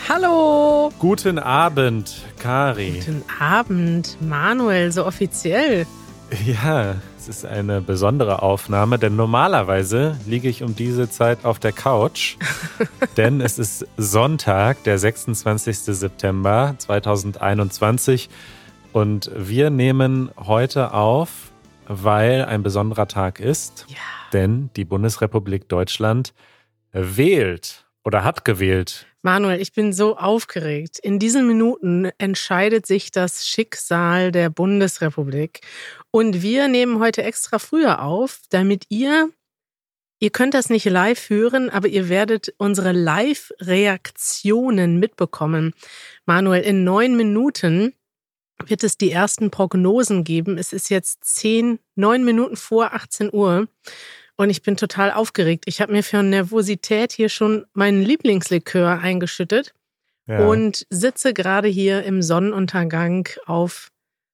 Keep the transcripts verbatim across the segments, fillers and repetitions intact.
Hallo. Guten Abend, Kari. Guten Abend, Manuel, so offiziell. Ja, es ist eine besondere Aufnahme, denn normalerweise liege ich um diese Zeit auf der Couch, denn es ist Sonntag, der sechsundzwanzigster September zweitausendeinundzwanzig und wir nehmen heute auf, weil ein besonderer Tag ist, Ja. Denn die Bundesrepublik Deutschland wählt oder hat gewählt. Manuel, ich bin so aufgeregt. In diesen Minuten entscheidet sich das Schicksal der Bundesrepublik. Und wir nehmen heute extra früher auf, damit ihr, ihr könnt das nicht live hören, aber ihr werdet unsere Live-Reaktionen mitbekommen. Manuel, in neun Minuten wird es die ersten Prognosen geben. Es ist jetzt zehn, neun Minuten vor achtzehn Uhr. Und ich bin total aufgeregt. Ich habe mir für Nervosität hier schon meinen Lieblingslikör eingeschüttet Ja. und sitze gerade hier im Sonnenuntergang auf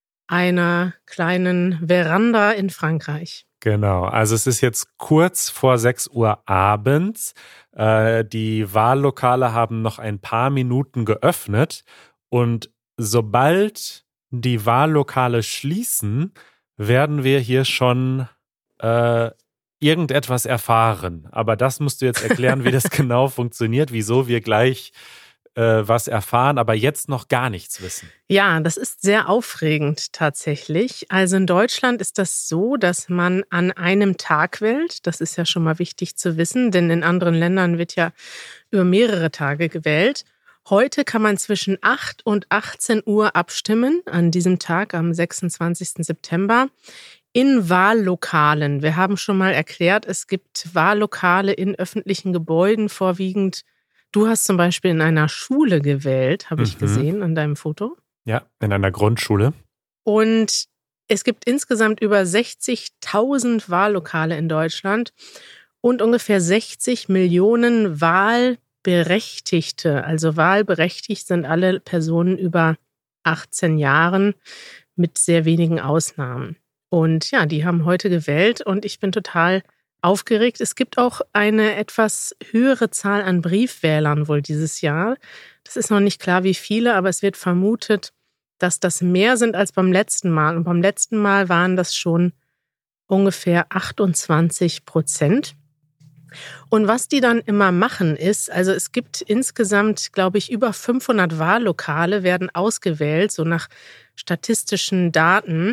einer kleinen Veranda in Frankreich. Genau, also es ist jetzt kurz vor sechs Uhr abends. Äh, die Wahllokale haben noch ein paar Minuten geöffnet und sobald die Wahllokale schließen, werden wir hier schon äh, irgendetwas erfahren. Aber das musst du jetzt erklären, wie das genau funktioniert, wieso wir gleich äh, was erfahren, aber jetzt noch gar nichts wissen. Ja, das ist sehr aufregend tatsächlich. Also in Deutschland ist das so, dass man an einem Tag wählt. Das ist ja schon mal wichtig zu wissen, denn in anderen Ländern wird ja über mehrere Tage gewählt. Heute kann man zwischen acht und achtzehn Uhr abstimmen, an diesem Tag, am sechsundzwanzigster September, in Wahllokalen. Wir haben schon mal erklärt, es gibt Wahllokale in öffentlichen Gebäuden, vorwiegend. Du hast zum Beispiel in einer Schule gewählt, habe ich Mhm. gesehen an deinem Foto. Ja, in einer Grundschule. Und es gibt insgesamt über sechzigtausend Wahllokale in Deutschland und ungefähr sechzig Millionen Wahlberechtigte. Also wahlberechtigt sind alle Personen über achtzehn Jahren mit sehr wenigen Ausnahmen. Und ja, die haben heute gewählt und ich bin total aufgeregt. Es gibt auch eine etwas höhere Zahl an Briefwählern wohl dieses Jahr. Das ist noch nicht klar, wie viele, aber es wird vermutet, dass das mehr sind als beim letzten Mal. Und beim letzten Mal waren das schon ungefähr achtundzwanzig Prozent. Und was die dann immer machen ist, also es gibt insgesamt, glaube ich, über fünfhundert Wahllokale werden ausgewählt, so nach statistischen Daten.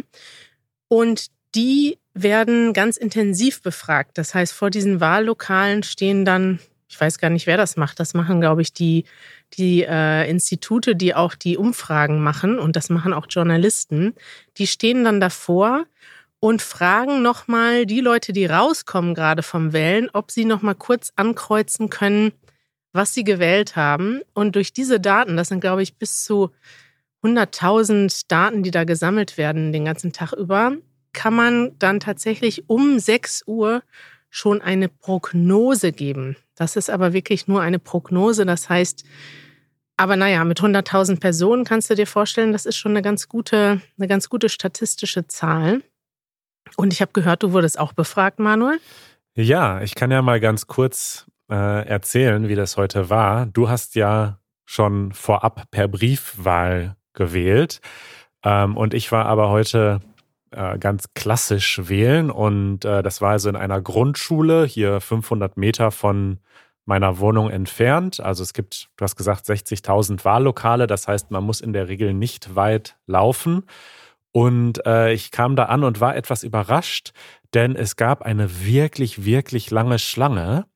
Und die werden ganz intensiv befragt. Das heißt, vor diesen Wahllokalen stehen dann, ich weiß gar nicht, wer das macht, das machen, glaube ich, die, die äh, Institute, die auch die Umfragen machen, und das machen auch Journalisten. Die stehen dann davor und fragen nochmal die Leute, die rauskommen gerade vom Wählen, ob sie nochmal kurz ankreuzen können, was sie gewählt haben. Und durch diese Daten, das sind, glaube ich, bis zu hunderttausend Daten, die da gesammelt werden den ganzen Tag über, kann man dann tatsächlich um sechs Uhr schon eine Prognose geben. Das ist aber wirklich nur eine Prognose. Das heißt, aber naja, mit hunderttausend Personen kannst du dir vorstellen, das ist schon eine ganz gute, eine ganz gute statistische Zahl. Und ich habe gehört, du wurdest auch befragt, Manuel. Ja, ich kann ja mal ganz kurz äh, erzählen, wie das heute war. Du hast ja schon vorab per Briefwahl gewählt ähm, und ich war aber heute äh, ganz klassisch wählen und äh, das war also in einer Grundschule, hier fünfhundert Meter von meiner Wohnung entfernt. Also es gibt, du hast gesagt, sechzigtausend Wahllokale, das heißt, man muss in der Regel nicht weit laufen. Und äh, ich kam da an und war etwas überrascht, denn es gab eine wirklich, wirklich lange Schlange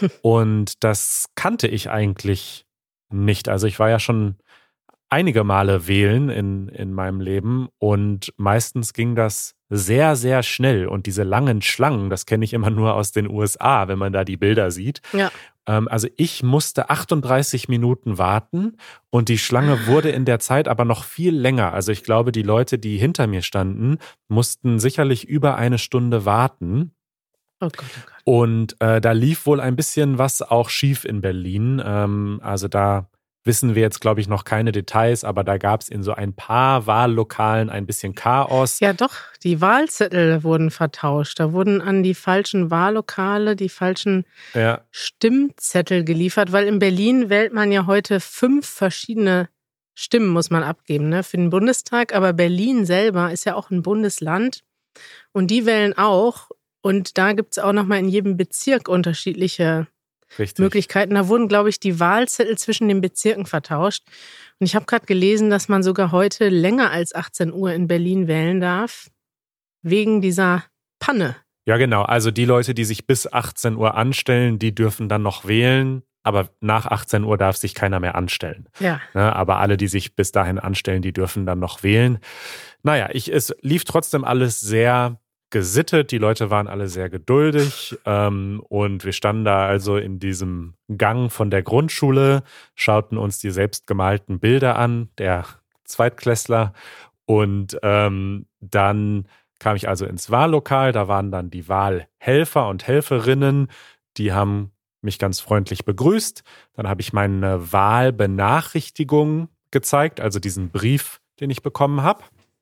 und das kannte ich eigentlich nicht. Also ich war ja schon einige Male wählen in, in meinem Leben und meistens ging das sehr, sehr schnell. Und diese langen Schlangen, das kenne ich immer nur aus den U S A, wenn man da die Bilder sieht. Ja. Ähm, also ich musste achtunddreißig Minuten warten und die Schlange wurde in der Zeit aber noch viel länger. Also ich glaube, die Leute, die hinter mir standen, mussten sicherlich über eine Stunde warten. Oh Gott, oh Gott. Und äh, da lief wohl ein bisschen was auch schief in Berlin. Ähm, also da wissen wir jetzt, glaube ich, noch keine Details, aber da gab es in so ein paar Wahllokalen ein bisschen Chaos. Ja doch, die Wahlzettel wurden vertauscht. Da wurden an die falschen Wahllokale die falschen ja. Stimmzettel geliefert, weil in Berlin wählt man ja heute fünf verschiedene Stimmen, muss man abgeben, ne, für den Bundestag. Aber Berlin selber ist ja auch ein Bundesland und die wählen auch. Und da gibt es auch nochmal in jedem Bezirk unterschiedliche Richtig. Möglichkeiten. Da wurden, glaube ich, die Wahlzettel zwischen den Bezirken vertauscht. Und ich habe gerade gelesen, dass man sogar heute länger als achtzehn Uhr in Berlin wählen darf, wegen dieser Panne. Ja, genau. Also die Leute, die sich bis achtzehn Uhr anstellen, die dürfen dann noch wählen. Aber nach achtzehn Uhr darf sich keiner mehr anstellen. Ja. Ne, aber alle, die sich bis dahin anstellen, die dürfen dann noch wählen. Naja, ich, es lief trotzdem alles sehr gesittet, die Leute waren alle sehr geduldig ähm, und wir standen da also in diesem Gang von der Grundschule, schauten uns die selbstgemalten Bilder an, der Zweitklässler und ähm, dann kam ich also ins Wahllokal, da waren dann die Wahlhelfer und Helferinnen, die haben mich ganz freundlich begrüßt, dann habe ich meine Wahlbenachrichtigung gezeigt, also diesen Brief, den ich bekommen habe.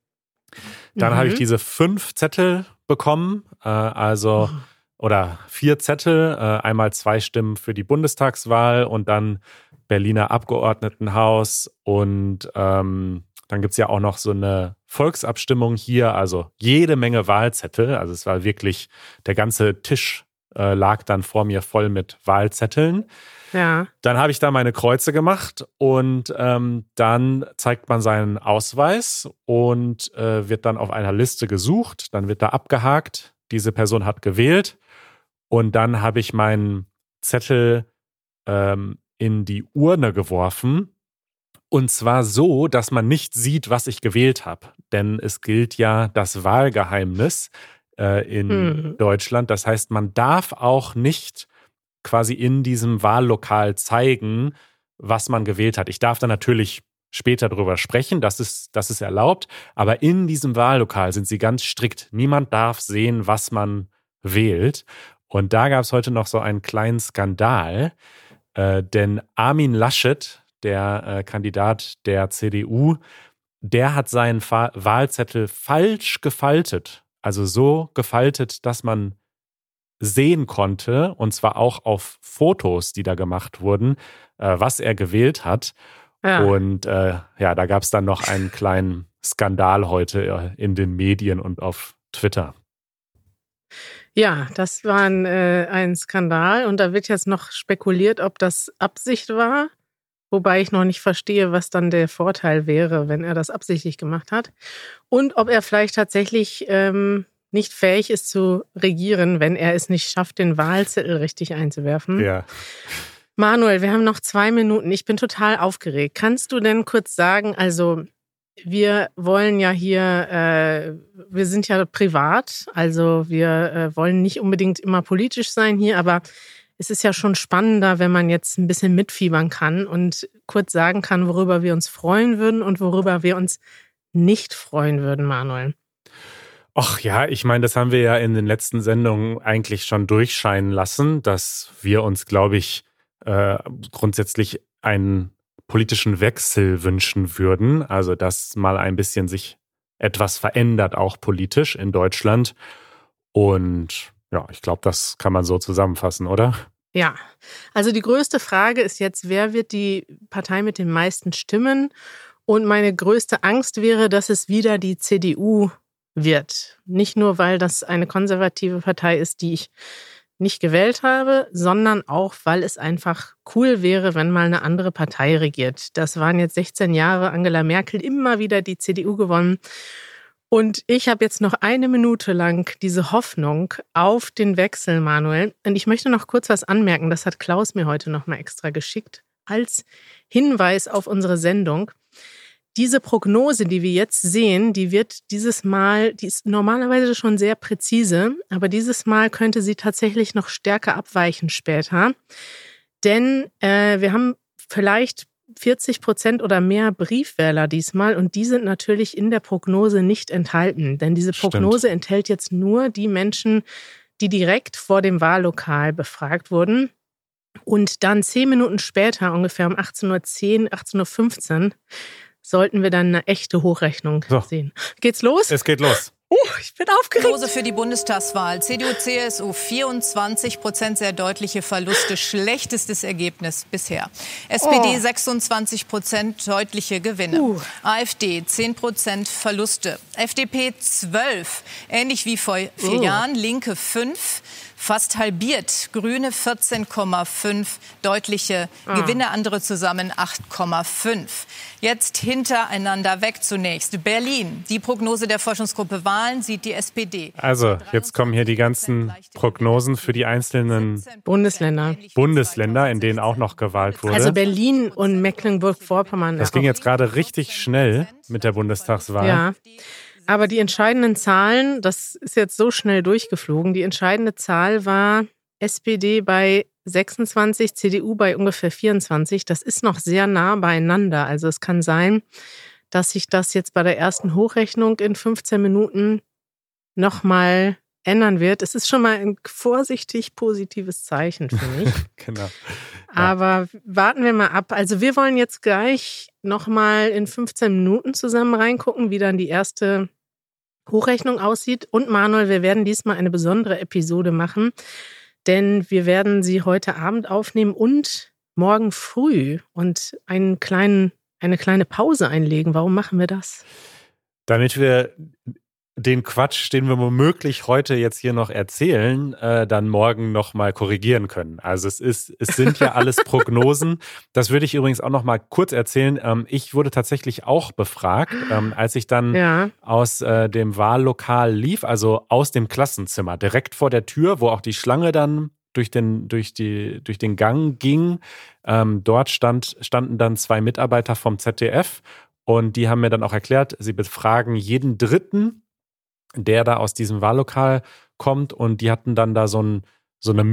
Dann mhm. habe ich diese fünf Zettel bekommen, äh, also mhm. oder vier Zettel, äh, einmal zwei Stimmen für die Bundestagswahl und dann Berliner Abgeordnetenhaus und ähm, dann gibt es ja auch noch so eine Volksabstimmung hier, also jede Menge Wahlzettel, also es war wirklich, der ganze Tisch äh, lag dann vor mir voll mit Wahlzetteln. Ja. Dann habe ich da meine Kreuze gemacht und ähm, dann zeigt man seinen Ausweis und äh, wird dann auf einer Liste gesucht. Dann wird da abgehakt, diese Person hat gewählt und dann habe ich meinen Zettel ähm, in die Urne geworfen und zwar so, dass man nicht sieht, was ich gewählt habe. Denn es gilt ja das Wahlgeheimnis äh, in hm. Deutschland. Das heißt, man darf auch nicht quasi in diesem Wahllokal zeigen, was man gewählt hat. Ich darf da natürlich später drüber sprechen, das ist, das ist erlaubt, aber in diesem Wahllokal sind sie ganz strikt. Niemand darf sehen, was man wählt. Und da gab es heute noch so einen kleinen Skandal, äh, denn Armin Laschet, der äh, Kandidat der C D U, der hat seinen Fa- Wahlzettel falsch gefaltet. Also so gefaltet, dass man sehen konnte, und zwar auch auf Fotos, die da gemacht wurden, äh, was er gewählt hat. Ja. Und äh, ja, da gab es dann noch einen kleinen Skandal heute äh, in den Medien und auf Twitter. Ja, das war ein, äh, ein Skandal und da wird jetzt noch spekuliert, ob das Absicht war, wobei ich noch nicht verstehe, was dann der Vorteil wäre, wenn er das absichtlich gemacht hat und ob er vielleicht tatsächlich ähm, nicht fähig ist zu regieren, wenn er es nicht schafft, den Wahlzettel richtig einzuwerfen. Ja. Manuel, wir haben noch zwei Minuten. Ich bin total aufgeregt. Kannst du denn kurz sagen, also wir wollen ja hier, äh, wir sind ja privat, also wir äh, wollen nicht unbedingt immer politisch sein hier, aber es ist ja schon spannender, wenn man jetzt ein bisschen mitfiebern kann und kurz sagen kann, worüber wir uns freuen würden und worüber wir uns nicht freuen würden, Manuel. Ach ja, ich meine, das haben wir ja in den letzten Sendungen eigentlich schon durchscheinen lassen, dass wir uns, glaube ich, äh, grundsätzlich einen politischen Wechsel wünschen würden. Also, dass mal ein bisschen sich etwas verändert, auch politisch in Deutschland. Und ja, ich glaube, das kann man so zusammenfassen, oder? Ja, also die größte Frage ist jetzt, wer wird die Partei mit den meisten Stimmen? Und meine größte Angst wäre, dass es wieder die C D U wird. Nicht nur, weil das eine konservative Partei ist, die ich nicht gewählt habe, sondern auch, weil es einfach cool wäre, wenn mal eine andere Partei regiert. Das waren jetzt sechzehn Jahre Angela Merkel, immer wieder die C D U gewonnen. Und ich habe jetzt noch eine Minute lang diese Hoffnung auf den Wechsel, Manuel. Und ich möchte noch kurz was anmerken, das hat Klaus mir heute noch mal extra geschickt, als Hinweis auf unsere Sendung. Diese Prognose, die wir jetzt sehen, die wird dieses Mal, die ist normalerweise schon sehr präzise, aber dieses Mal könnte sie tatsächlich noch stärker abweichen später. Denn äh, wir haben vielleicht vierzig Prozent oder mehr Briefwähler diesmal und die sind natürlich in der Prognose nicht enthalten. Denn diese Prognose Stimmt. enthält jetzt nur die Menschen, die direkt vor dem Wahllokal befragt wurden. Und dann zehn Minuten später, ungefähr um achtzehn Uhr zehn, achtzehn Uhr fünfzehn, sollten wir dann eine echte Hochrechnung so. sehen. Geht's los? Es geht los. Oh, ich bin aufgeregt. Prognose für die Bundestagswahl. C D U, C S U vierundzwanzig Prozent, sehr deutliche Verluste, schlechtestes Ergebnis bisher. S P D oh. sechsundzwanzig Prozent, deutliche Gewinne. Uh. AfD zehn Prozent Verluste. F D P zwölf, ähnlich wie vor vier uh. Jahren. Linke fünf, fast halbiert. Grüne vierzehn Komma fünf, deutliche ah. Gewinne, andere zusammen acht Komma fünf. Jetzt hintereinander weg zunächst. Berlin, die Prognose der Forschungsgruppe Wahlen sieht die S P D. Also, jetzt kommen hier die ganzen Prognosen für die einzelnen Bundesländer. Bundesländer, in denen auch noch gewählt wurde. Also Berlin und Mecklenburg-Vorpommern. Das ging jetzt gerade richtig schnell mit der Bundestagswahl. Ja, aber die entscheidenden Zahlen, das ist jetzt so schnell durchgeflogen, die entscheidende Zahl war S P D bei sechsundzwanzig, C D U bei ungefähr vierundzwanzig. Das ist noch sehr nah beieinander. Also es kann sein, dass sich das jetzt bei der ersten Hochrechnung in fünfzehn Minuten nochmal ändern wird. Es ist schon mal ein vorsichtig positives Zeichen für mich. Genau. Ja. Aber warten wir mal ab. Also wir wollen jetzt gleich nochmal in fünfzehn Minuten zusammen reingucken, wie dann die erste Hochrechnung aussieht. Und Manuel, wir werden diesmal eine besondere Episode machen, denn wir werden sie heute Abend aufnehmen und morgen früh und einen kleinen, eine kleine Pause einlegen. Warum machen wir das? Damit wir den Quatsch, den wir womöglich heute jetzt hier noch erzählen, äh, dann morgen nochmal korrigieren können. Also es ist, es sind ja alles Prognosen. Das würde ich übrigens auch nochmal kurz erzählen. Ähm, ich wurde tatsächlich auch befragt, ähm, als ich dann ja. aus äh, dem Wahllokal lief, also aus dem Klassenzimmer, direkt vor der Tür, wo auch die Schlange dann durch den, durch die, durch den Gang ging. Ähm, dort stand, standen dann zwei Mitarbeiter vom Z D F und die haben mir dann auch erklärt, sie befragen jeden Dritten, der da aus diesem Wahllokal kommt, und die hatten dann da so, ein, so eine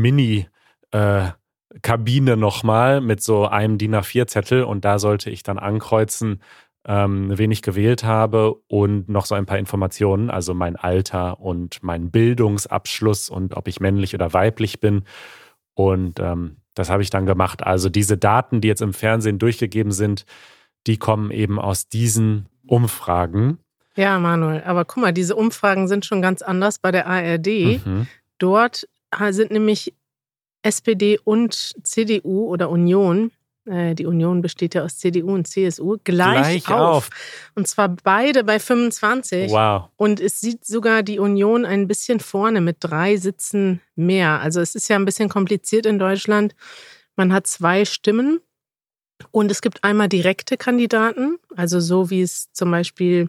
Mini-Kabine äh, nochmal mit so einem D I N A vier Zettel, und da sollte ich dann ankreuzen, ähm, wen ich gewählt habe und noch so ein paar Informationen, also mein Alter und mein Bildungsabschluss und ob ich männlich oder weiblich bin, und ähm, das habe ich dann gemacht. Also diese Daten, die jetzt im Fernsehen durchgegeben sind, die kommen eben aus diesen Umfragen. Ja, Manuel, aber guck mal, diese Umfragen sind schon ganz anders bei der A R D. Mhm. Dort sind nämlich S P D und C D U oder Union, äh, die Union besteht ja aus C D U und C S U, gleich, gleich auf. auf. Und zwar beide bei fünfundzwanzig. Wow. Und es sieht sogar die Union ein bisschen vorne mit drei Sitzen mehr. Also es ist ja ein bisschen kompliziert in Deutschland. Man hat zwei Stimmen und es gibt einmal direkte Kandidaten, also so wie es zum Beispiel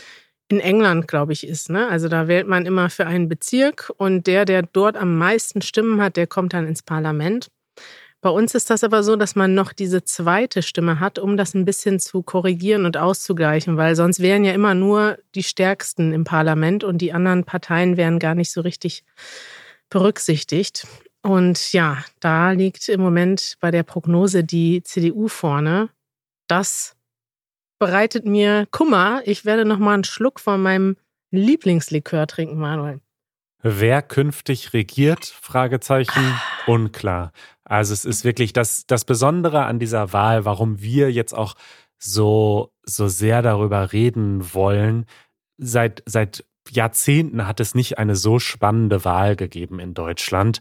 in England, glaube ich, ist. Ne? Also da wählt man immer für einen Bezirk und der, der dort am meisten Stimmen hat, der kommt dann ins Parlament. Bei uns ist das aber so, dass man noch diese zweite Stimme hat, um das ein bisschen zu korrigieren und auszugleichen, weil sonst wären ja immer nur die Stärksten im Parlament und die anderen Parteien wären gar nicht so richtig berücksichtigt. Und ja, da liegt im Moment bei der Prognose die C D U vorne. Das bereitet mir Kummer. Ich werde noch mal einen Schluck von meinem Lieblingslikör trinken, Manuel. Wer künftig regiert? Fragezeichen. Unklar. Also es ist wirklich das, das Besondere an dieser Wahl, warum wir jetzt auch so, so sehr darüber reden wollen. Seit, seit Jahrzehnten hat es nicht eine so spannende Wahl gegeben in Deutschland.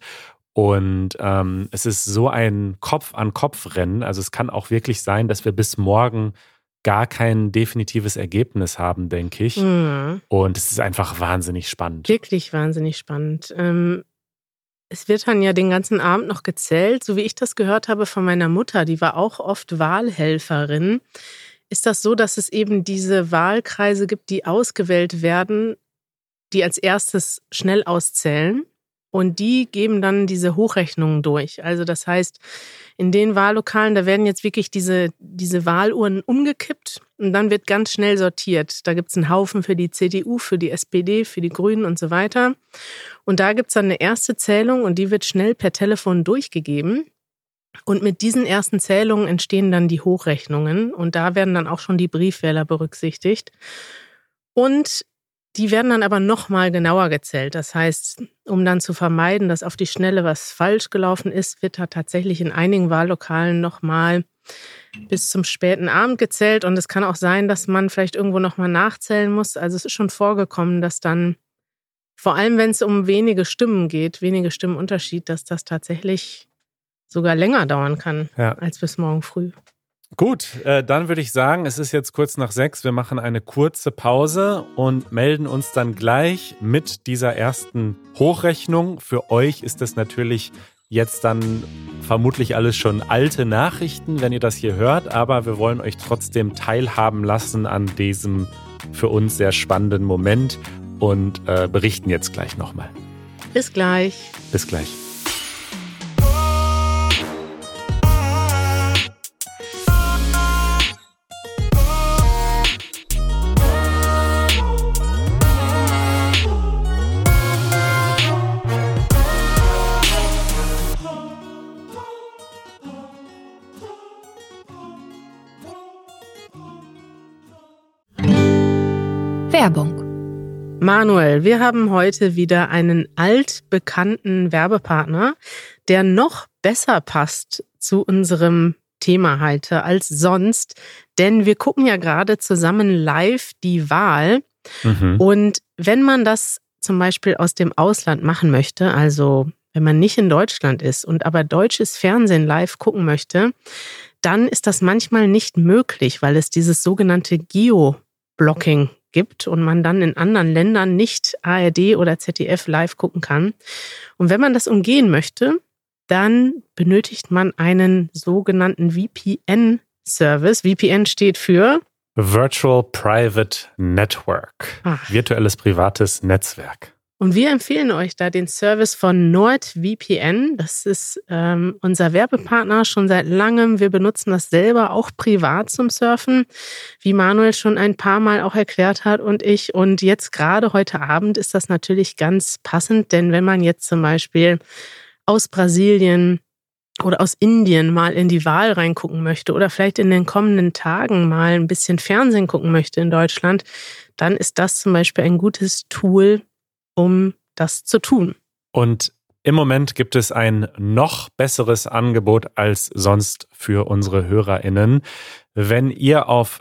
Und ähm, es ist so ein Kopf-an-Kopf-Rennen. Also es kann auch wirklich sein, dass wir bis morgen gar kein definitives Ergebnis haben, denke ich. Mhm. Und es ist einfach wahnsinnig spannend. Wirklich wahnsinnig spannend. Ähm, es wird dann ja den ganzen Abend noch gezählt. So wie ich das gehört habe von meiner Mutter, die war auch oft Wahlhelferin, ist das so, dass es eben diese Wahlkreise gibt, die ausgewählt werden, die als erstes schnell auszählen. Und die geben dann diese Hochrechnungen durch. Also das heißt, in den Wahllokalen, da werden jetzt wirklich diese, diese Wahluhren umgekippt und dann wird ganz schnell sortiert. Da gibt es einen Haufen für die C D U, für die S P D, für die Grünen und so weiter. Und da gibt es dann eine erste Zählung und die wird schnell per Telefon durchgegeben. Und mit diesen ersten Zählungen entstehen dann die Hochrechnungen und da werden dann auch schon die Briefwähler berücksichtigt. Und Die werden dann aber nochmal genauer gezählt. Das heißt, um dann zu vermeiden, dass auf die Schnelle was falsch gelaufen ist, wird da tatsächlich in einigen Wahllokalen nochmal bis zum späten Abend gezählt. Und es kann auch sein, dass man vielleicht irgendwo nochmal nachzählen muss. Also es ist schon vorgekommen, dass dann, vor allem wenn es um wenige Stimmen geht, wenige Stimmenunterschied, dass das tatsächlich sogar länger dauern kann ja. als bis morgen früh. Gut, äh, dann würde ich sagen, es ist jetzt kurz nach sechs. Wir machen eine kurze Pause und melden uns dann gleich mit dieser ersten Hochrechnung. Für euch ist das natürlich jetzt dann vermutlich alles schon alte Nachrichten, wenn ihr das hier hört. Aber wir wollen euch trotzdem teilhaben lassen an diesem für uns sehr spannenden Moment und äh, berichten jetzt gleich nochmal. Bis gleich. Bis gleich. Werbung. Manuel, wir haben heute wieder einen altbekannten Werbepartner, der noch besser passt zu unserem Thema heute als sonst, denn wir gucken ja gerade zusammen live die Wahl. Mhm. Und wenn man das zum Beispiel aus dem Ausland machen möchte, also wenn man nicht in Deutschland ist und aber deutsches Fernsehen live gucken möchte, dann ist das manchmal nicht möglich, weil es dieses sogenannte Geo-Blocking gibt und man dann in anderen Ländern nicht A R D oder Z D F live gucken kann. Und wenn man das umgehen möchte, dann benötigt man einen sogenannten V P N-Service. V P N steht für Virtual Private Network. Ach. Virtuelles privates Netzwerk. Und wir empfehlen euch da den Service von NordVPN. Das ist ähm, unser Werbepartner schon seit langem. Wir benutzen das selber auch privat zum Surfen, wie Manuel schon ein paar Mal auch erklärt hat und ich. Und jetzt gerade heute Abend ist das natürlich ganz passend, denn wenn man jetzt zum Beispiel aus Brasilien oder aus Indien mal in die Wahl reingucken möchte oder vielleicht in den kommenden Tagen mal ein bisschen Fernsehen gucken möchte in Deutschland, dann ist das zum Beispiel ein gutes Tool, um das zu tun. Und im Moment gibt es ein noch besseres Angebot als sonst für unsere HörerInnen. Wenn ihr auf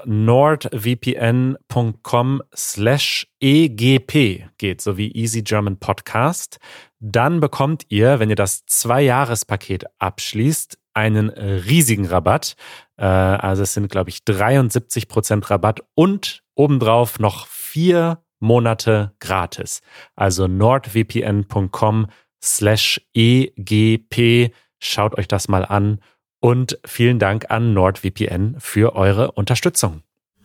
nordvpn.com slash egp geht, so wie Easy German Podcast, dann bekommt ihr, wenn ihr das Zwei-Jahres-Paket abschließt, einen riesigen Rabatt. Also es sind, glaube ich, dreiundsiebzig Prozent Rabatt und obendrauf noch vier Monate gratis. Also nordvpn.com slash egp. Schaut euch das mal an und vielen Dank an NordVPN für eure Unterstützung.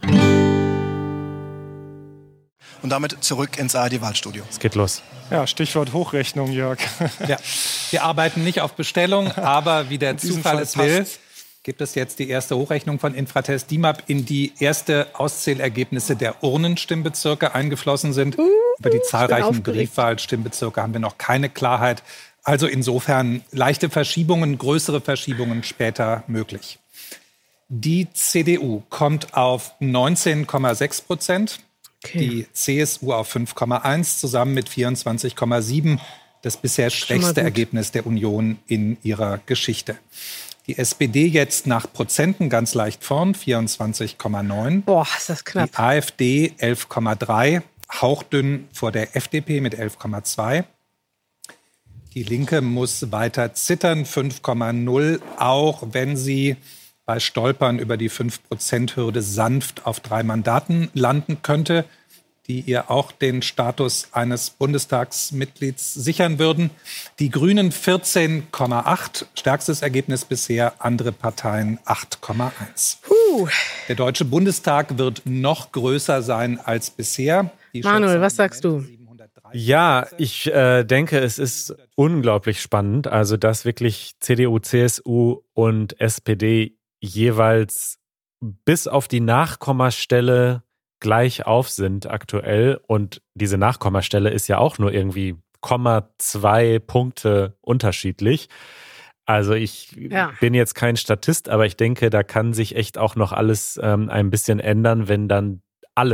Und damit zurück ins A R D-Wahlstudio. Es geht los. Ja, Stichwort Hochrechnung, Jörg. Ja, wir arbeiten nicht auf Bestellung, aber wie der Zufall es will, gibt es jetzt die erste Hochrechnung von Infratest D I M A P, in die erste Auszählergebnisse der Urnenstimmbezirke eingeflossen sind. Uh, Über die zahlreichen Briefwahlstimmbezirke haben wir noch keine Klarheit. Also insofern leichte Verschiebungen, größere Verschiebungen später möglich. Die C D U kommt auf neunzehn Komma sechs Prozent, okay. Die C S U auf fünf Komma eins, zusammen mit vierundzwanzig Komma sieben. Das bisher schwächste Ergebnis der Union in ihrer Geschichte. Die S P D jetzt nach Prozenten ganz leicht vorn, vierundzwanzig Komma neun. Boah, ist das knapp. Die AfD elf Komma drei, hauchdünn vor der F D P mit elf Komma zwei. Die Linke muss weiter zittern, fünf Komma null, auch wenn sie bei Stolpern über die fünf Prozent Hürde sanft auf drei Mandaten landen könnte, die ihr auch den Status eines Bundestagsmitglieds sichern würden. Die Grünen vierzehn Komma acht, stärkstes Ergebnis bisher, andere Parteien acht Komma eins. Uh. Der Deutsche Bundestag wird noch größer sein als bisher. Die Manuel, was sagst du? Ja, ich äh, denke, es ist unglaublich spannend, also dass wirklich C D U, C S U und S P D jeweils bis auf die Nachkommastelle gleich auf sind aktuell, und diese Nachkommastelle ist ja auch nur irgendwie Komma zwei Punkte unterschiedlich. Also ich ja. bin jetzt kein Statist, aber ich denke, da kann sich echt auch noch alles ähm, ein bisschen ändern, wenn dann alle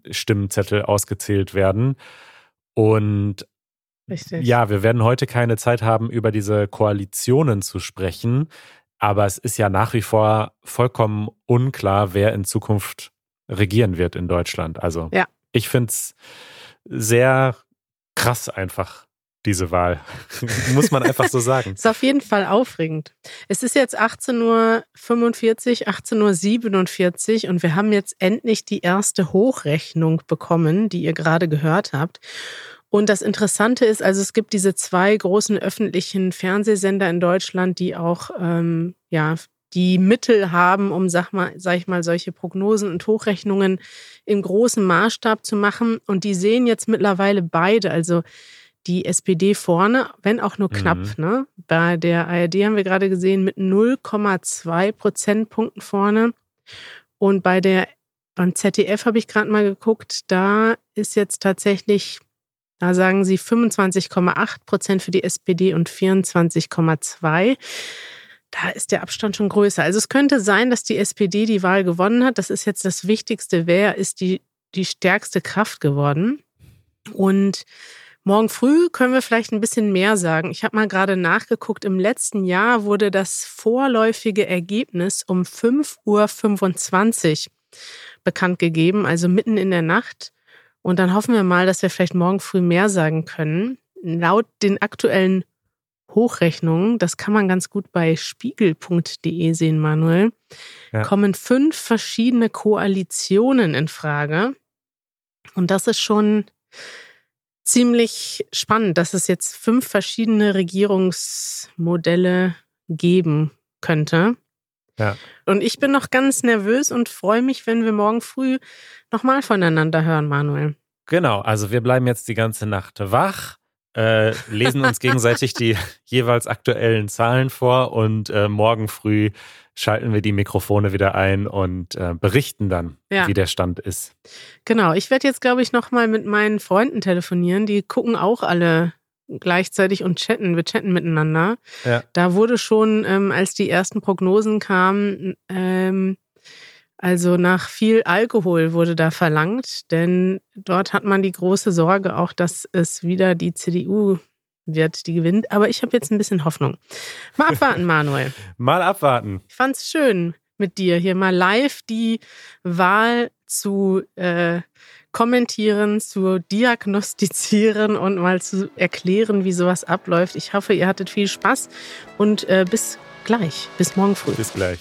Stimmzettel ausgezählt werden. Und Richtig. ja, wir werden heute keine Zeit haben, über diese Koalitionen zu sprechen. Aber es ist ja nach wie vor vollkommen unklar, wer in Zukunft regieren wird in Deutschland. Also ja. ich finde es sehr krass einfach, diese Wahl. Muss man einfach so sagen. Ist auf jeden Fall aufregend. Es ist jetzt achtzehn Uhr fünfundvierzig, achtzehn Uhr siebenundvierzig und wir haben jetzt endlich die erste Hochrechnung bekommen, die ihr gerade gehört habt. Und das Interessante ist, also es gibt diese zwei großen öffentlichen Fernsehsender in Deutschland, die auch ähm, ja die Mittel haben, um, sag mal, sag ich mal, solche Prognosen und Hochrechnungen im großen Maßstab zu machen. Und die sehen jetzt mittlerweile beide, also die S P D vorne, wenn auch nur knapp. Mhm. Ne? Bei der A R D haben wir gerade gesehen mit null Komma zwei Prozentpunkten vorne. Und bei der beim Z D F habe ich gerade mal geguckt, da ist jetzt tatsächlich, da sagen sie fünfundzwanzig Komma acht Prozent für die S P D und vierundzwanzig Komma zwei. Da ist der Abstand schon größer. Also es könnte sein, dass die S P D die Wahl gewonnen hat. Das ist jetzt das Wichtigste. Wer ist die, die stärkste Kraft geworden? Und morgen früh können wir vielleicht ein bisschen mehr sagen. Ich habe mal gerade nachgeguckt. Im letzten Jahr wurde das vorläufige Ergebnis um fünf Uhr fünfundzwanzig bekannt gegeben, also mitten in der Nacht. Und dann hoffen wir mal, dass wir vielleicht morgen früh mehr sagen können. Laut den aktuellen Hochrechnungen, das kann man ganz gut bei spiegel punkt de sehen, Manuel, ja. kommen fünf verschiedene Koalitionen in Frage. Und das ist schon ziemlich spannend, dass es jetzt fünf verschiedene Regierungsmodelle geben könnte. Ja. Und ich bin noch ganz nervös und freue mich, wenn wir morgen früh nochmal voneinander hören, Manuel. Genau, also wir bleiben jetzt die ganze Nacht wach, äh, lesen uns gegenseitig die jeweils aktuellen Zahlen vor und äh, morgen früh schalten wir die Mikrofone wieder ein und äh, berichten dann, ja. wie der Stand ist. Genau, ich werde jetzt, glaube ich, nochmal mit meinen Freunden telefonieren. Die gucken auch alle gleichzeitig und chatten. Wir chatten miteinander. Ja. Da wurde schon, ähm, als die ersten Prognosen kamen, ähm, also nach viel Alkohol wurde da verlangt, denn dort hat man die große Sorge auch, dass es wieder die C D U wird, die gewinnt. Aber ich habe jetzt ein bisschen Hoffnung. Mal abwarten, Manuel. Mal abwarten. Ich fand's schön mit dir, hier mal live die Wahl zu äh, kommentieren, zu diagnostizieren und mal zu erklären, wie sowas abläuft. Ich hoffe, ihr hattet viel Spaß und äh, bis gleich. Bis morgen früh. Bis gleich.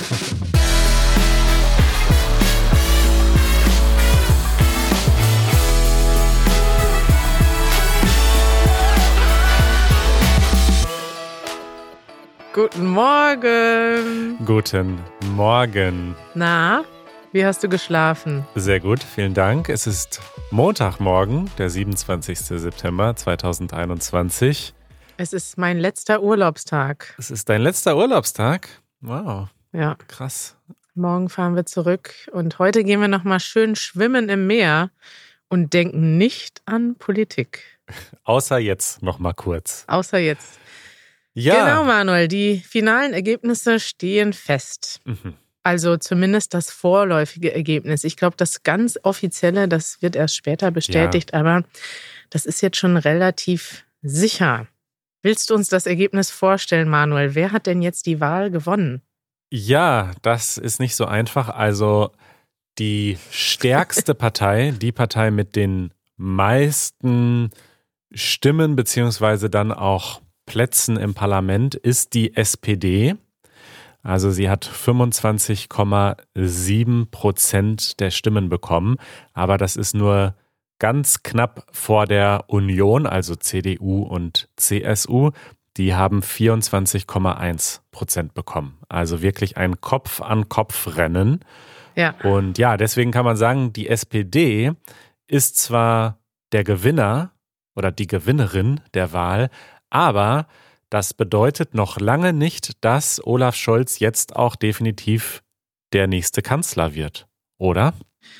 Guten Morgen. Guten Morgen. Na, wie hast du geschlafen? Sehr gut, vielen Dank. Es ist Montagmorgen, der siebenundzwanzigster September zweitausendeinundzwanzig. Es ist mein letzter Urlaubstag. Es ist dein letzter Urlaubstag? Wow. Ja. Krass. Morgen fahren wir zurück und heute gehen wir nochmal schön schwimmen im Meer und denken nicht an Politik. Außer jetzt nochmal kurz. Außer jetzt. Ja. Genau, Manuel, die finalen Ergebnisse stehen fest. Mhm. Also zumindest das vorläufige Ergebnis. Ich glaube, das ganz Offizielle, das wird erst später bestätigt, ja. aber das ist jetzt schon relativ sicher. Willst du uns das Ergebnis vorstellen, Manuel? Wer hat denn jetzt die Wahl gewonnen? Ja, das ist nicht so einfach. Also die stärkste Partei, die Partei mit den meisten Stimmen beziehungsweise dann auch Plätzen im Parlament ist die S P D. Also sie hat fünfundzwanzig Komma sieben Prozent der Stimmen bekommen. Aber das ist nur ganz knapp vor der Union, also C D U und C S U. Die haben vierundzwanzig Komma eins Prozent bekommen. Also wirklich ein Kopf-an-Kopf-Rennen. Ja. Und ja, deswegen kann man sagen, die S P D ist zwar der Gewinner oder die Gewinnerin der Wahl, aber das bedeutet noch lange nicht, dass Olaf Scholz jetzt auch definitiv der nächste Kanzler wird, oder?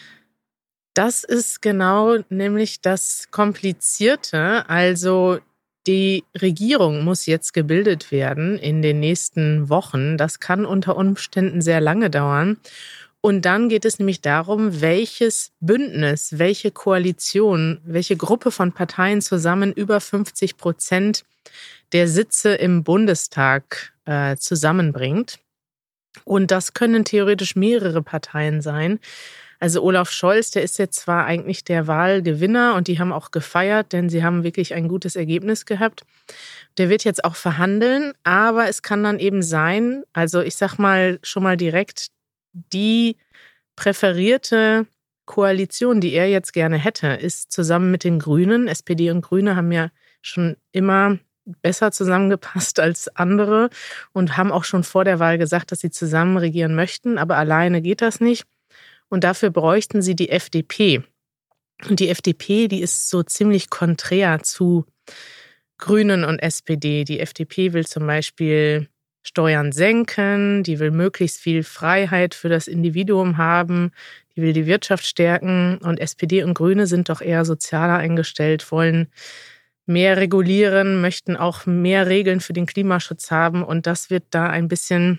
Das ist genau nämlich das Komplizierte. Also die Regierung muss jetzt gebildet werden in den nächsten Wochen. Das kann unter Umständen sehr lange dauern. Und dann geht es nämlich darum, welches Bündnis, welche Koalition, welche Gruppe von Parteien zusammen über fünfzig Prozent der Sitze im Bundestag äh, zusammenbringt. Und das können theoretisch mehrere Parteien sein. Also Olaf Scholz, der ist jetzt zwar eigentlich der Wahlgewinner und die haben auch gefeiert, denn sie haben wirklich ein gutes Ergebnis gehabt. Der wird jetzt auch verhandeln, aber es kann dann eben sein, also ich sag mal schon mal direkt, die präferierte Koalition, die er jetzt gerne hätte, ist zusammen mit den Grünen. S P D und Grüne haben ja schon immer besser zusammengepasst als andere und haben auch schon vor der Wahl gesagt, dass sie zusammen regieren möchten, aber alleine geht das nicht. Und dafür bräuchten sie die F D P. Und die F D P, die ist so ziemlich konträr zu Grünen und S P D. Die F D P will zum Beispiel Steuern senken, die will möglichst viel Freiheit für das Individuum haben, die will die Wirtschaft stärken und S P D und Grüne sind doch eher sozialer eingestellt, wollen mehr regulieren, möchten auch mehr Regeln für den Klimaschutz haben und das wird da ein bisschen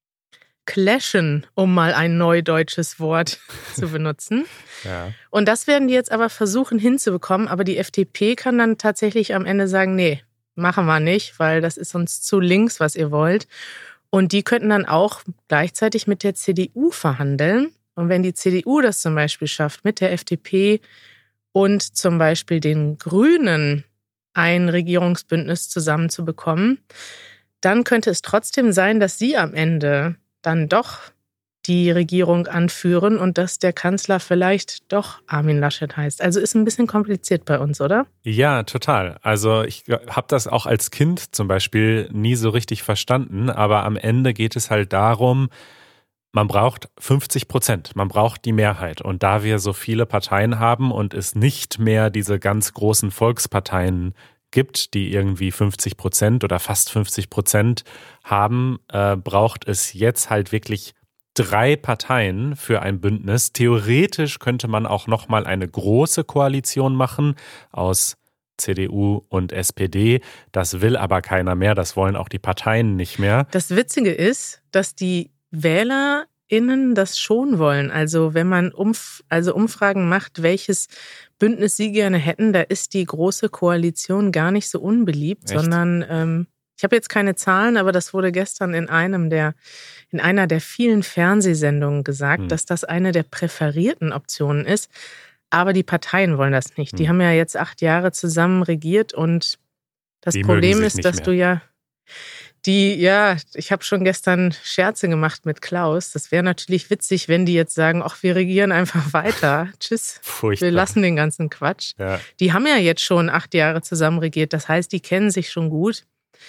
clashen, um mal ein neudeutsches Wort zu benutzen. Ja. Und das werden die jetzt aber versuchen hinzubekommen, aber die F D P kann dann tatsächlich am Ende sagen, nee, machen wir nicht, weil das ist uns zu links, was ihr wollt. Und die könnten dann auch gleichzeitig mit der C D U verhandeln. Und wenn die C D U das zum Beispiel schafft, mit der F D P und zum Beispiel den Grünen ein Regierungsbündnis zusammenzubekommen, dann könnte es trotzdem sein, dass sie am Ende dann doch die Regierung anführen und dass der Kanzler vielleicht doch Armin Laschet heißt. Also ist ein bisschen kompliziert bei uns, oder? Ja, total. Also ich habe das auch als Kind zum Beispiel nie so richtig verstanden, aber am Ende geht es halt darum, man braucht fünfzig Prozent, man braucht die Mehrheit. Und da wir so viele Parteien haben und es nicht mehr diese ganz großen Volksparteien gibt, die irgendwie fünfzig Prozent oder fast fünfzig Prozent haben, äh, braucht es jetzt halt wirklich drei Parteien für ein Bündnis. Theoretisch könnte man auch nochmal eine große Koalition machen aus C D U und S P D. Das will aber keiner mehr, das wollen auch die Parteien nicht mehr. Das Witzige ist, dass die WählerInnen das schon wollen. Also wenn man Umf- also Umfragen macht, welches Bündnis sie gerne hätten, da ist die große Koalition gar nicht so unbeliebt, Echt? sondern ähm, ich habe jetzt keine Zahlen, aber das wurde gestern in einem der, in einer der vielen Fernsehsendungen gesagt, hm. dass das eine der präferierten Optionen ist. Aber die Parteien wollen das nicht. Die hm. haben ja jetzt acht Jahre zusammen regiert und das die Problem ist, dass mehr. du ja die, ja, ich habe schon gestern Scherze gemacht mit Klaus. Das wäre natürlich witzig, wenn die jetzt sagen, ach, wir regieren einfach weiter. Tschüss. Furchtbar. Wir lassen den ganzen Quatsch. Ja. Die haben ja jetzt schon acht Jahre zusammen regiert. Das heißt, die kennen sich schon gut.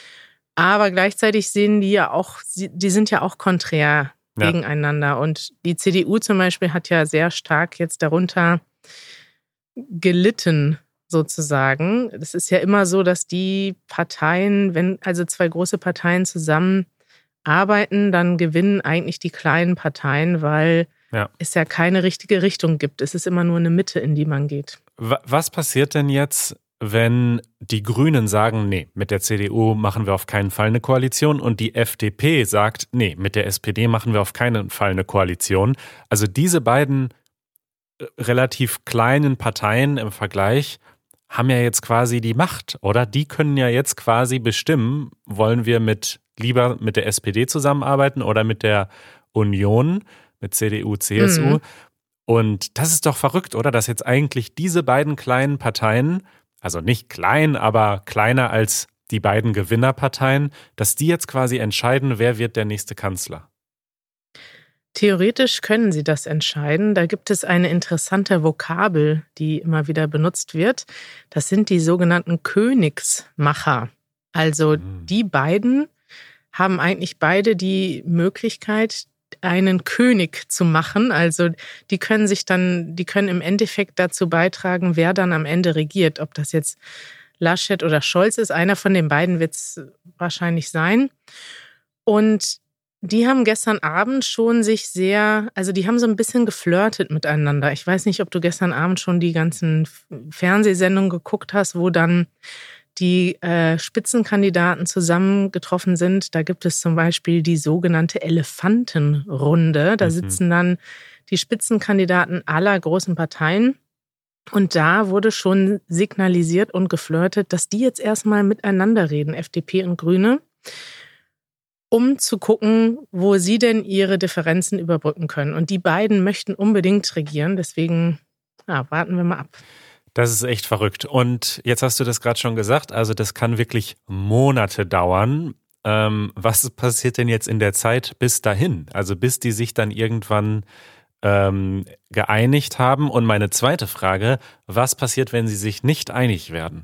Aber gleichzeitig sehen die ja auch, die sind ja auch konträr ja. gegeneinander. Und die C D U zum Beispiel hat ja sehr stark jetzt darunter gelitten, sozusagen. Es ist ja immer so, dass die Parteien, wenn also zwei große Parteien zusammenarbeiten, dann gewinnen eigentlich die kleinen Parteien, weil ja. es ja keine richtige Richtung gibt. Es ist immer nur eine Mitte, in die man geht. Was passiert denn jetzt, wenn die Grünen sagen, nee, mit der C D U machen wir auf keinen Fall eine Koalition und die F D P sagt, nee, mit der S P D machen wir auf keinen Fall eine Koalition? Also diese beiden relativ kleinen Parteien im Vergleich haben ja jetzt quasi die Macht, oder? Die können ja jetzt quasi bestimmen, wollen wir mit lieber mit der S P D zusammenarbeiten oder mit der Union, mit C D U, C S U. Mhm. Und das ist doch verrückt, oder? Dass jetzt eigentlich diese beiden kleinen Parteien, also nicht klein, aber kleiner als die beiden Gewinnerparteien, dass die jetzt quasi entscheiden, wer wird der nächste Kanzler. Theoretisch können sie das entscheiden. Da gibt es eine interessante Vokabel, die immer wieder benutzt wird. Das sind die sogenannten Königsmacher. Also mhm. die beiden haben eigentlich beide die Möglichkeit, einen König zu machen. Also die können sich dann, die können im Endeffekt dazu beitragen, wer dann am Ende regiert. Ob das jetzt Laschet oder Scholz ist, einer von den beiden wird es wahrscheinlich sein. Und die haben gestern Abend schon sich sehr, also die haben so ein bisschen geflirtet miteinander. Ich weiß nicht, ob du gestern Abend schon die ganzen Fernsehsendungen geguckt hast, wo dann die äh, Spitzenkandidaten zusammengetroffen sind. Da gibt es zum Beispiel die sogenannte Elefantenrunde. Da mhm. sitzen dann die Spitzenkandidaten aller großen Parteien. Und da wurde schon signalisiert und geflirtet, dass die jetzt erstmal miteinander reden, F D P und Grüne, um zu gucken, wo sie denn ihre Differenzen überbrücken können. Und die beiden möchten unbedingt regieren. Deswegen ja, warten wir mal ab. Das ist echt verrückt. Und jetzt hast du das gerade schon gesagt, also das kann wirklich Monate dauern. Ähm, was passiert denn jetzt in der Zeit bis dahin? Also bis die sich dann irgendwann ähm, geeinigt haben. Und meine zweite Frage, was passiert, wenn sie sich nicht einig werden?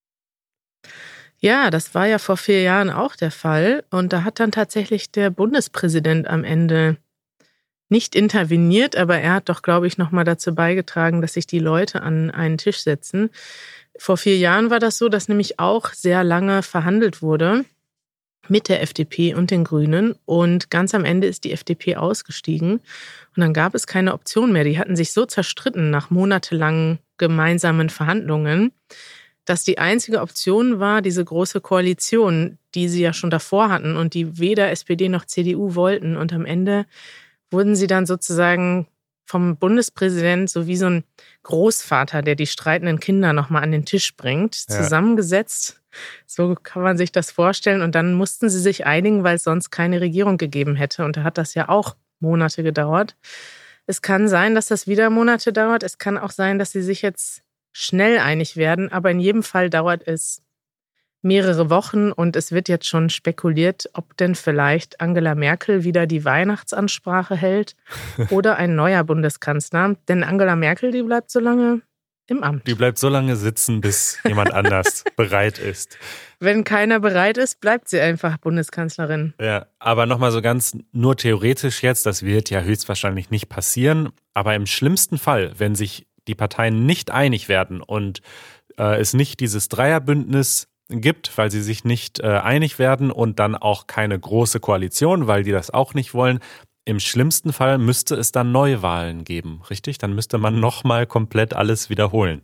Ja, das war ja vor vier Jahren auch der Fall. Und da hat dann tatsächlich der Bundespräsident am Ende nicht interveniert, aber er hat doch, glaube ich, nochmal dazu beigetragen, dass sich die Leute an einen Tisch setzen. Vor vier Jahren war das so, dass nämlich auch sehr lange verhandelt wurde mit der F D P und den Grünen. Und ganz am Ende ist die F D P ausgestiegen. Und dann gab es keine Option mehr. Die hatten sich so zerstritten nach monatelangen gemeinsamen Verhandlungen, dass die einzige Option war, diese große Koalition, die sie ja schon davor hatten und die weder S P D noch C D U wollten. Und am Ende wurden sie dann sozusagen vom Bundespräsident so wie so ein Großvater, der die streitenden Kinder nochmal an den Tisch bringt, ja. zusammengesetzt. So kann man sich das vorstellen. Und dann mussten sie sich einigen, weil es sonst keine Regierung gegeben hätte. Und da hat das ja auch Monate gedauert. Es kann sein, dass das wieder Monate dauert. Es kann auch sein, dass sie sich jetzt schnell einig werden. Aber in jedem Fall dauert es mehrere Wochen. Und es wird jetzt schon spekuliert, ob denn vielleicht Angela Merkel wieder die Weihnachtsansprache hält oder ein neuer Bundeskanzler. Denn Angela Merkel, die bleibt so lange im Amt. Die bleibt so lange sitzen, bis jemand anders bereit ist. Wenn keiner bereit ist, bleibt sie einfach Bundeskanzlerin. Ja, aber nochmal so ganz nur theoretisch jetzt, das wird ja höchstwahrscheinlich nicht passieren, aber im schlimmsten Fall, wenn sich die Parteien nicht einig werden und äh, es nicht dieses Dreierbündnis gibt, weil sie sich nicht äh, einig werden und dann auch keine große Koalition, weil die das auch nicht wollen. Im schlimmsten Fall müsste es dann Neuwahlen geben, richtig? Dann müsste man nochmal komplett alles wiederholen.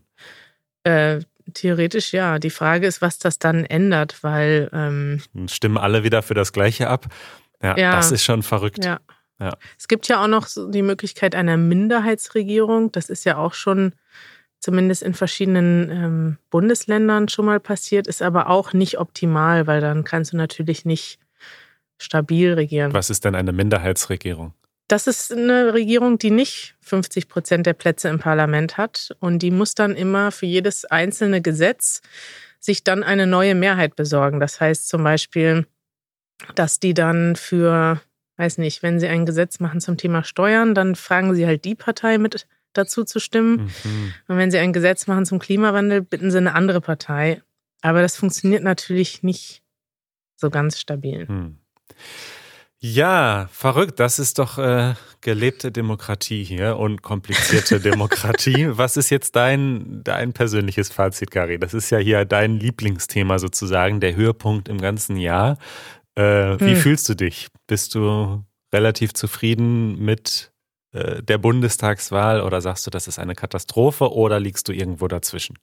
Äh, theoretisch ja. Die Frage ist, was das dann ändert, weil... Ähm, Stimmen alle wieder für das Gleiche ab? Ja, ja. Das ist schon verrückt. Ja. Ja. Es gibt ja auch noch die Möglichkeit einer Minderheitsregierung. Das ist ja auch schon zumindest in verschiedenen ähm, Bundesländern schon mal passiert, ist aber auch nicht optimal, weil dann kannst du natürlich nicht stabil regieren. Was ist denn eine Minderheitsregierung? Das ist eine Regierung, die nicht fünfzig Prozent der Plätze im Parlament hat und die muss dann immer für jedes einzelne Gesetz sich dann eine neue Mehrheit besorgen. Das heißt zum Beispiel, dass die dann für, weiß nicht, wenn sie ein Gesetz machen zum Thema Steuern, dann fragen sie halt die Partei mit dazu zu stimmen. Mhm. Und wenn sie ein Gesetz machen zum Klimawandel, bitten sie eine andere Partei. Aber das funktioniert natürlich nicht so ganz stabil. Mhm. Ja, verrückt. Das ist doch äh, gelebte Demokratie hier und komplizierte Demokratie. Was ist jetzt dein, dein persönliches Fazit, Gary? Das ist ja hier dein Lieblingsthema sozusagen, der Höhepunkt im ganzen Jahr. Äh, wie hm. fühlst du dich? Bist du relativ zufrieden mit äh, der Bundestagswahl oder sagst du, das ist eine Katastrophe oder liegst du irgendwo dazwischen?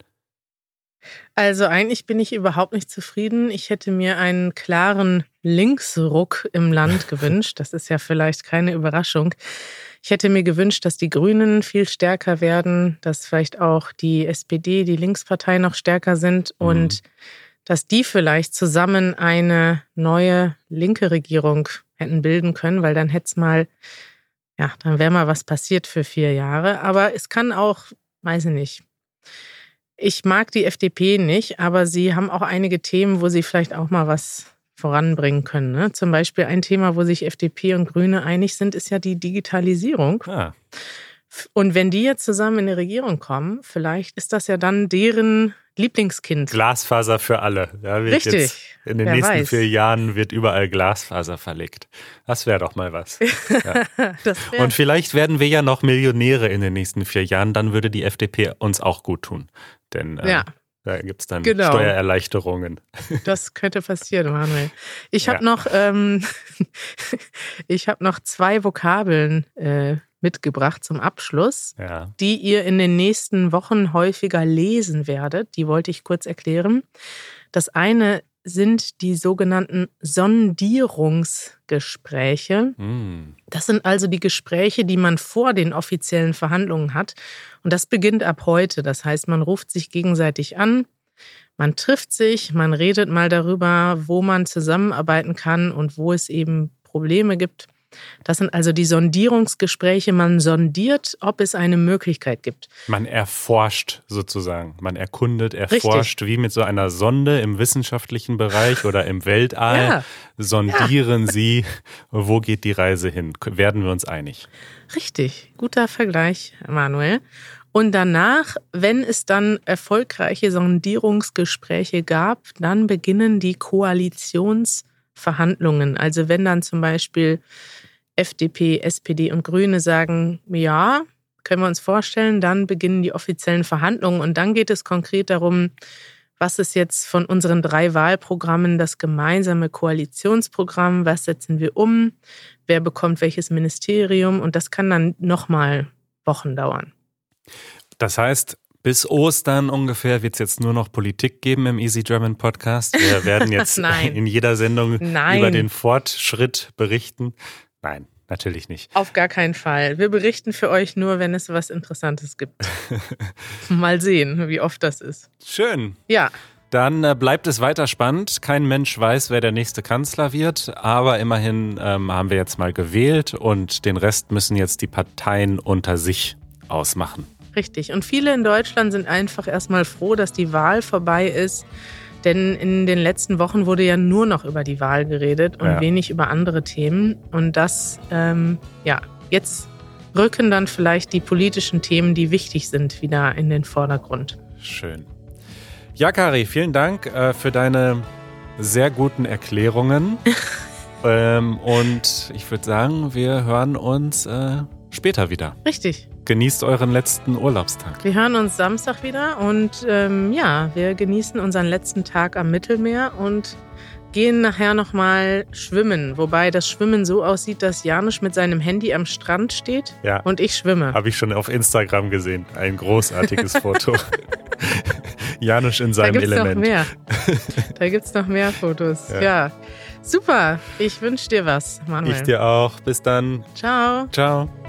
Also eigentlich bin ich überhaupt nicht zufrieden. Ich hätte mir einen klaren Linksruck im Land gewünscht. Das ist ja vielleicht keine Überraschung. Ich hätte mir gewünscht, dass die Grünen viel stärker werden, dass vielleicht auch die S P D, die Linkspartei, noch stärker sind mhm. und dass die vielleicht zusammen eine neue linke Regierung hätten bilden können, weil dann hätte es mal, ja, dann wäre mal was passiert für vier Jahre. Aber es kann auch, weiß ich nicht, ich mag die F D P nicht, aber sie haben auch einige Themen, wo sie vielleicht auch mal was voranbringen können. Ne? Zum Beispiel ein Thema, wo sich F D P und Grüne einig sind, ist ja die Digitalisierung. Ah. Und wenn die jetzt zusammen in eine Regierung kommen, vielleicht ist das ja dann deren Lieblingskind. Glasfaser für alle. Ja, wird Richtig. Jetzt in den Wer nächsten weiß. vier Jahren wird überall Glasfaser verlegt. Das wäre doch mal was. Ja. Das wär... Und vielleicht werden wir ja noch Millionäre in den nächsten vier Jahren. Dann würde die F D P uns auch gut tun. Denn äh, ja. da gibt es dann genau. Steuererleichterungen. Das könnte passieren, Manuel. Ich habe Ja. noch, ähm, ich habe noch zwei Vokabeln äh, mitgebracht zum Abschluss, Ja. die ihr in den nächsten Wochen häufiger lesen werdet. Die wollte ich kurz erklären. Das eine sind die sogenannten Sondierungsgespräche. Mm. Das sind also die Gespräche, die man vor den offiziellen Verhandlungen hat. Und das beginnt ab heute. Das heißt, man ruft sich gegenseitig an, man trifft sich, man redet mal darüber, wo man zusammenarbeiten kann und wo es eben Probleme gibt. Das sind also die Sondierungsgespräche. Man sondiert, ob es eine Möglichkeit gibt. Man erforscht sozusagen. Man erkundet, erforscht, Richtig. Wie mit so einer Sonde im wissenschaftlichen Bereich oder im Weltall. Ja. Sondieren ja. Sie, wo geht die Reise hin? Werden wir uns einig? Richtig, guter Vergleich, Manuel. Und danach, wenn es dann erfolgreiche Sondierungsgespräche gab, dann beginnen die Koalitionsverhandlungen. Also wenn dann zum Beispiel F D P, S P D und Grüne sagen, ja, können wir uns vorstellen, dann beginnen die offiziellen Verhandlungen und dann geht es konkret darum, was ist jetzt von unseren drei Wahlprogrammen das gemeinsame Koalitionsprogramm, was setzen wir um, wer bekommt welches Ministerium und das kann dann nochmal Wochen dauern. Das heißt, bis Ostern ungefähr wird es jetzt nur noch Politik geben im Easy German Podcast. Wir werden jetzt in jeder Sendung Nein. über den Fortschritt berichten. Nein, natürlich nicht. Auf gar keinen Fall. Wir berichten für euch nur, wenn es was Interessantes gibt. Mal sehen, wie oft das ist. Schön. Ja. Dann äh, bleibt es weiter spannend. Kein Mensch weiß, wer der nächste Kanzler wird. Aber immerhin ähm, haben wir jetzt mal gewählt und den Rest müssen jetzt die Parteien unter sich ausmachen. Richtig. Und viele in Deutschland sind einfach erstmal froh, dass die Wahl vorbei ist. Denn in den letzten Wochen wurde ja nur noch über die Wahl geredet und ja. wenig über andere Themen. Und das, ähm, ja, jetzt rücken dann vielleicht die politischen Themen, die wichtig sind, wieder in den Vordergrund. Schön. Ja, Kari, vielen Dank äh, für deine sehr guten Erklärungen. ähm, und ich würde sagen, wir hören uns äh, später wieder. Richtig. Genießt euren letzten Urlaubstag. Wir hören uns Samstag wieder und ähm, ja, wir genießen unseren letzten Tag am Mittelmeer und gehen nachher nochmal schwimmen. Wobei das Schwimmen so aussieht, dass Janusz mit seinem Handy am Strand steht ja. und ich schwimme. Habe ich schon auf Instagram gesehen. Ein großartiges Foto. Janusz in seinem Element. Da gibt's noch mehr. Da gibt's noch mehr Fotos. Ja. ja. Super. Ich wünsche dir was, Manuel. Ich dir auch. Bis dann. Ciao. Ciao.